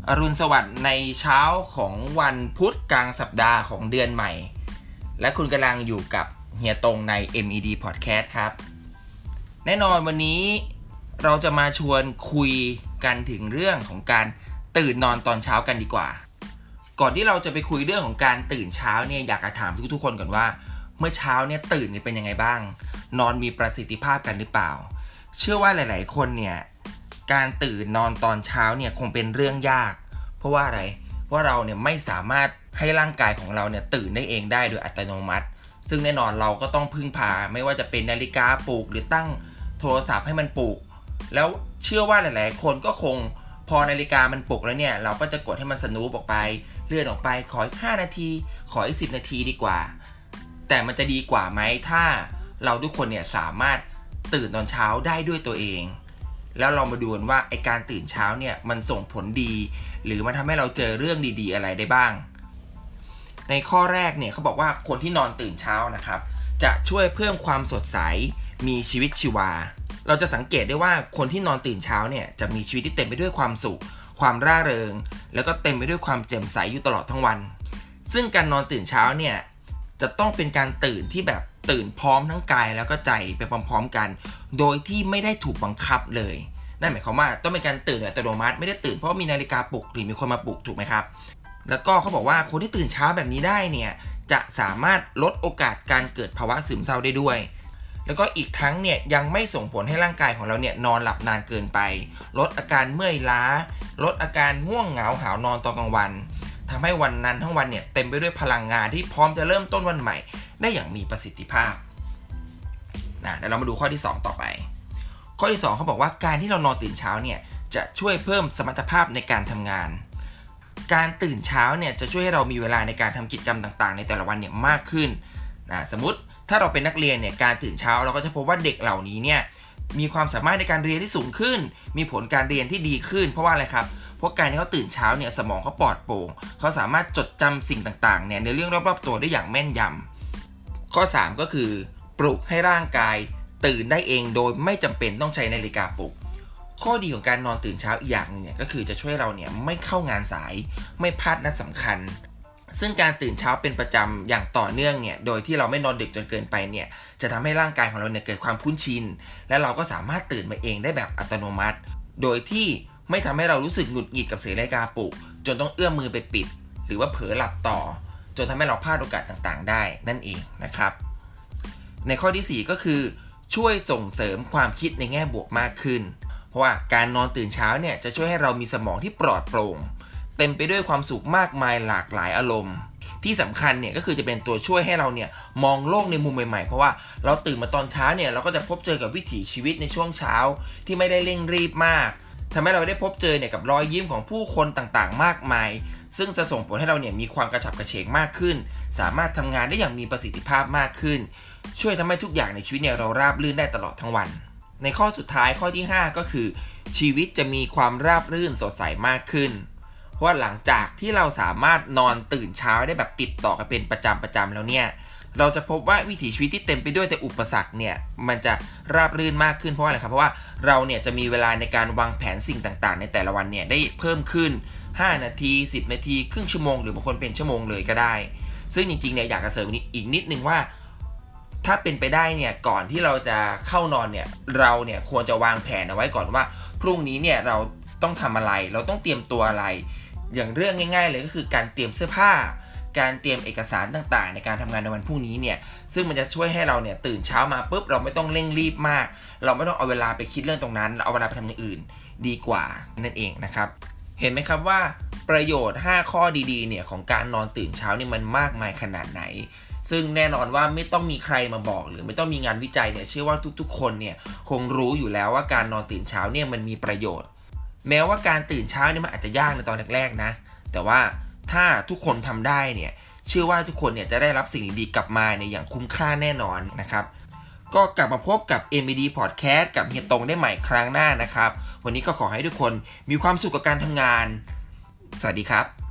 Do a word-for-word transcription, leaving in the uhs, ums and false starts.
อรุณสวัสดิ์ในเช้าของวันพุธกลางสัปดาห์ของเดือนใหม่และคุณกำลังอยู่กับเฮียตงใน เอ็ม อี ดี Podcast ครับแน่นอนวันนี้เราจะมาชวนคุยกันถึงเรื่องของการตื่นนอนตอนเช้ากันดีกว่าก่อนที่เราจะไปคุยเรื่องของการตื่นเช้าเนี่ยอยากจะถามทุกๆคนก่อนว่าเมื่อเช้าเนี่ยตื่นเนี่ยเป็นยังไงบ้างนอนมีประสิทธิภาพกันหรือเปล่าเชื่อว่าหลายๆคนเนี่ยการตื่นนอนตอนเช้าเนี่ยคงเป็นเรื่องยากเพราะว่าอะไรเพราะเราเนี่ยไม่สามารถให้ร่างกายของเราเนี่ยตื่นได้เองได้โดยอัตโนมัติซึ่งแน่นอนเราก็ต้องพึ่งพาไม่ว่าจะเป็นนาฬิกาปลุกหรือตั้งโทรศัพท์ให้มันปลุกแล้วเชื่อว่าหลายๆคนก็คงพอนาฬิกามันปลุกแล้วเนี่ยเราก็จะกดให้มันสนูปออกไปเลื่อนออกไปขออีกห้านาทีขออีกสิบนาทีดีกว่าแต่มันจะดีกว่าไหมถ้าเราทุกคนเนี่ยสามารถตื่นตอนเช้าได้ด้วยตัวเองแล้วเรามาดูกันว่าไอการตื่นเช้าเนี่ยมันส่งผลดีหรือมันทำให้เราเจอเรื่องดีๆอะไรได้บ้างในข้อแรกเนี่ยเขาบอกว่าคนที่นอนตื่นเช้านะครับจะช่วยเพิ่มความสดใสมีชีวิตชีวาเราจะสังเกตได้ว่าคนที่นอนตื่นเช้าเนี่ยจะมีชีวิตที่เต็มไปด้วยความสุขความร่าเริงแล้วก็เต็มไปด้วยความแจ่มใสอยู่ตลอดทั้งวันซึ่งการนอนตื่นเช้าเนี่ยจะต้องเป็นการตื่นที่แบบตื่นพร้อมทั้งกายแล้วก็ใจไปพร้อมๆกันโดยที่ไม่ได้ถูกบังคับเลยนั่นหมายความว่าต้องเป็นการตื่นอัตโนมัติไม่ได้ตื่นเพราะมีนาฬิกาปลุกหรือมีคนมาปลุกถูกไหมครับแล้วก็เขาบอกว่าคนที่ตื่นเช้าแบบนี้ได้เนี่ยจะสามารถลดโอกาสการเกิดภาวะซึมเศร้าได้ด้วยแล้วก็อีกทั้งเนี่ยยังไม่ส่งผลให้ร่างกายของเราเนี่ยนอนหลับนานเกินไปลดอาการเมื่อยล้าลดอาการง่วงเหงาหาวนอนตอนกลางวันทำให้วันนั้นทั้งวันเนี่ยเต็มไปด้วยพลังงานที่พร้อมจะเริ่มต้นวันใหม่ได้อย่างมีประสิทธิภาพนะเดี๋ยวเรามาดูข้อที่สองต่อไปข้อที่สองเขาบอกว่าการที่เรานอนตื่นเช้าเนี่ยจะช่วยเพิ่มสมรรถภาพในการทำงานการตื่นเช้าเนี่ยจะช่วยให้เรามีเวลาในการทำกิจกรรมต่างๆในแต่ละวันเนี่ยมากขึ้นนะสมมติถ้าเราเป็นนักเรียนเนี่ยการตื่นเช้าเราก็จะพบว่าเด็กเหล่านี้เนี่ยมีความสามารถในการเรียนที่สูงขึ้นมีผลการเรียนที่ดีขึ้นเพราะว่าอะไรครับเพราะการที่เขาตื่นเช้าเนี่ยสมองเขาปลอดโปร่งเขาสามารถจดจำสิ่งต่างๆเนี่ยในเรื่องรอบๆตัวได้อย่างแม่นยำข้อสามก็คือปลุกให้ร่างกายตื่นได้เองโดยไม่จำเป็นต้องใช้นาฬิกาปลุกข้อดีของการนอนตื่นเช้าอีกอย่างนึงเนี่ยก็คือจะช่วยเราเนี่ยไม่เข้างานสายไม่พลาดนัดสำคัญซึ่งการตื่นเช้าเป็นประจำอย่างต่อเนื่องเนี่ยโดยที่เราไม่นอนดึกจนเกินไปเนี่ยจะทำให้ร่างกายของเราเนี่ยเกิดความคุ้นชินและเราก็สามารถตื่นมาเองได้แบบอัตโนมัติโดยที่ไม่ทำให้เรารู้สึกหงุดหงิดกับเสียงนาฬิกาปลุกจนต้องเอื้อมมือไปปิดหรือว่าเผลอหลับต่อจนทำให้เราพลาดโอกาสต่างๆได้นั่นเองนะครับในข้อที่สี่ก็คือช่วยส่งเสริมความคิดในแง่บวกมากขึ้นเพราะว่าการนอนตื่นเช้าเนี่ยจะช่วยให้เรามีสมองที่ปลอดโปร่งเต็มไปด้วยความสุขมากมายหลากหลายอารมณ์ที่สำคัญเนี่ยก็คือจะเป็นตัวช่วยให้เราเนี่ยมองโลกในมุมใหม่ๆเพราะว่าเราตื่นมาตอนเช้าเนี่ยเราก็จะพบเจอกับวิถีชีวิตในช่วงเช้าที่ไม่ได้เร่งรีบมากทำให้เราได้พบเจอเนี่ยกับรอยยิ้มของผู้คนต่างๆมากมายซึ่งจะส่งผลให้เราเนี่ยมีความกระฉับกระเฉงมากขึ้นสามารถทำงานได้อย่างมีประสิทธิภาพมากขึ้นช่วยทำให้ทุกอย่างในชีวิตเนี่ยเราราบรื่นได้ตลอดทั้งวันในข้อสุดท้ายข้อที่ห้าก็คือชีวิตจะมีความราบรื่นสดใสมากขึ้นเพราะว่าหลังจากที่เราสามารถนอนตื่นเช้าได้แบบติดต่อกันเป็นประจำประจำแล้วเนี่ยเราจะพบว่าวิถีชีวิตที่เต็มไปด้วยแต่อุปสรรคเนี่ยมันจะราบรื่นมากขึ้นเพราะอะไรครับเพราะว่าเราเนี่ยจะมีเวลาในการวางแผนสิ่งต่างๆในแต่ละวันเนี่ยได้เพิ่มขึ้นห้านาทีสิบนาทีครึ่งชั่วโมงหรือบางคนเป็นชั่วโมงเลยก็ได้ซึ่งจริงๆเนี่ยอยากจะเสริมอีกนิดนึงว่าถ้าเป็นไปได้เนี่ยก่อนที่เราจะเข้านอนเนี่ยเราเนี่ยควรจะวางแผนเอาไว้ก่อนว่าพรุ่งนี้เนี่ยเราต้องทำอะไรเราต้องเตรียมตัวอะไรอย่างเรื่องง่ายๆเลยก็คือการเตรียมเสื้อผ้าการเตรียมเอกสารต่างๆในการทำงานในวันพรุ่งนี้เนี่ยซึ่งมันจะช่วยให้เราเนี่ยตื่นเช้ามาปุ๊บเราไม่ต้องเร่งรีบมากเราไม่ต้องเอาเวลาไปคิดเรื่องตรงนั้นเอาเวลาไปทำอย่างอื่นดีกว่านั่นเองนะครับเห็นไหมครับว่าประโยชน์ห้าข้อดีๆเนี่ยของการนอนตื่นเช้านี่มันมากมายขนาดไหนซึ่งแน่นอนว่าไม่ต้องมีใครมาบอกหรือไม่ต้องมีงานวิจัยเนี่ยเชื่อว่าทุกๆคนเนี่ยคงรู้อยู่แล้วว่าการนอนตื่นเช้าเนี่ยมันมีประโยชน์แม้ว่าการตื่นเช้าเนี่ยมันอาจจะยากในตอนแรกๆนะแต่ว่าถ้าทุกคนทำได้เนี่ยเชื่อว่าทุกคนเนี่ยจะได้รับสิ่งดีๆกลับมาในอย่างคุ้มค่าแน่นอนนะครับก็กลับมาพบกับ เอ็ม อี ดี Podcast กับเฮียตงได้ใหม่ครั้งหน้านะครับวันนี้ก็ขอให้ทุกคนมีความสุขกับการทำงานสวัสดีครับ